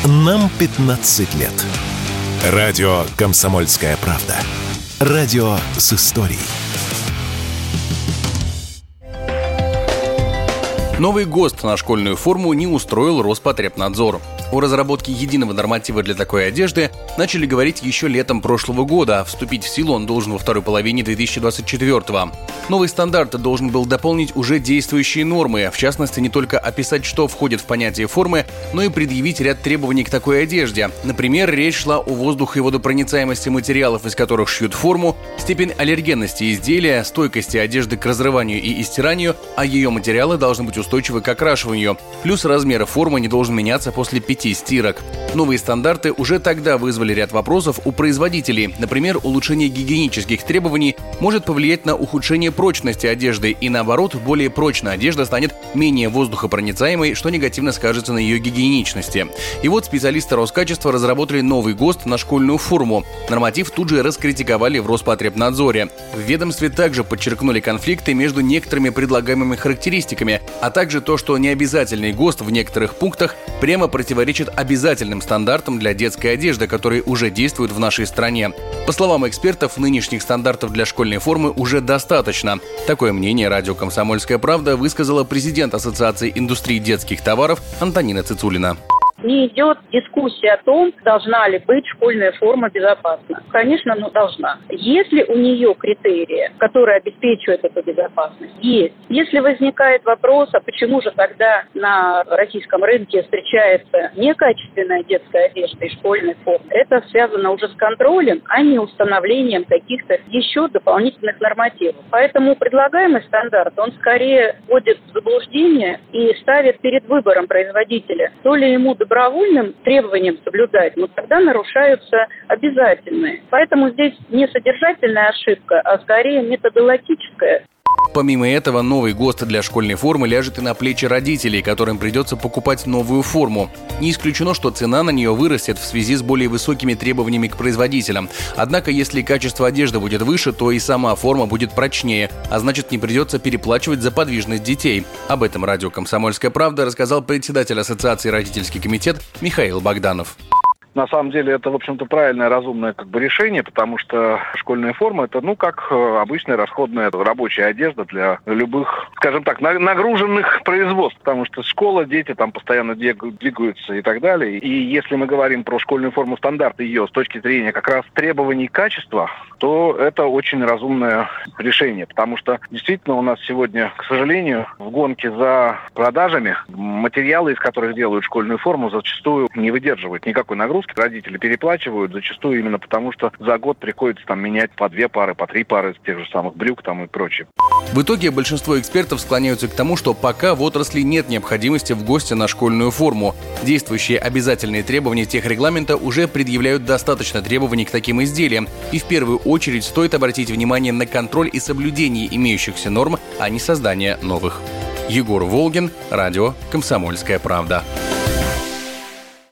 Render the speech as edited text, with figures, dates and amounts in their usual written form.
Нам 15 лет. Радио «Комсомольская правда». Радио с историей. Новый ГОСТ на школьную форму не устроил Роспотребнадзор. О разработке единого норматива для такой одежды начали говорить еще летом прошлого года, а вступить в силу он должен во второй половине 2024-го. Новый стандарт должен был дополнить уже действующие нормы, в частности, не только описать, что входит в понятие формы, но и предъявить ряд требований к такой одежде. Например, речь шла о воздухо- и водопроницаемости материалов, из которых шьют форму, степень аллергенности изделия, стойкости одежды к разрыванию и истиранию, а ее материалы должны быть устойчивы к окрашиванию. Плюс размер формы не должен меняться после 5 стирок. Новые стандарты уже тогда вызвали ряд вопросов у производителей. Например, улучшение гигиенических требований может повлиять на ухудшение прочности одежды, и наоборот, более прочная одежда станет менее воздухопроницаемой, что негативно скажется на ее гигиеничности. И вот специалисты Роскачества разработали новый ГОСТ на школьную форму. Норматив тут же раскритиковали в Роспотребнадзоре. В ведомстве также подчеркнули конфликты между некоторыми предлагаемыми характеристиками, а также то, что необязательный ГОСТ в некоторых пунктах прямо противоречит обязательным стандартам для детской одежды, которые уже действуют в нашей стране. По словам экспертов, нынешних стандартов для школьной формы уже достаточно. Такое мнение радио «Комсомольская правда» высказала президент Ассоциации индустрии детских товаров Антонина Цицулина. Не идет дискуссия о том, должна ли быть школьная форма безопасна. Конечно, должна. Если у нее критерии, которые обеспечивают эту безопасность, есть. Если возникает вопрос, а почему же тогда на российском рынке встречается некачественная детская одежда и школьная форма, это связано уже с контролем, а не установлением каких-то еще дополнительных нормативов. Поэтому предлагаемый стандарт, он скорее вводит в заблуждение и ставит перед выбором производителя, то ли ему добровольным требованиям соблюдать, но тогда нарушаются обязательные. Поэтому здесь не содержательная ошибка, а скорее методологическая. Помимо этого, новый ГОСТ для школьной формы ляжет и на плечи родителей, которым придется покупать новую форму. Не исключено, что цена на нее вырастет в связи с более высокими требованиями к производителям. Однако, если качество одежды будет выше, то и сама форма будет прочнее, а значит, не придется переплачивать за подвижность детей. Об этом радио «Комсомольская правда» рассказал председатель Ассоциации «Родительский комитет» Михаил Богданов. На самом деле это, в общем-то, правильное, разумное решение, потому что школьная форма – это, как обычная расходная рабочая одежда для любых, скажем так, нагруженных производств, потому что школа, дети там постоянно двигаются и так далее. И если мы говорим про школьную форму стандарт, ее с точки зрения как раз требований качества, то это очень разумное решение, потому что действительно у нас сегодня, к сожалению, в гонке за продажами материалы, из которых делают школьную форму, зачастую не выдерживают никакой нагрузки. Родители переплачивают зачастую именно потому, что за год приходится менять по 2 пары, по 3 пары тех же самых брюк и прочее. В итоге большинство экспертов склоняются к тому, что пока в отрасли нет необходимости в ГОСТе на школьную форму. Действующие обязательные требования техрегламента уже предъявляют достаточно требований к таким изделиям. И в первую очередь стоит обратить внимание на контроль и соблюдение имеющихся норм, а не создание новых. Егор Волгин, радио «Комсомольская правда».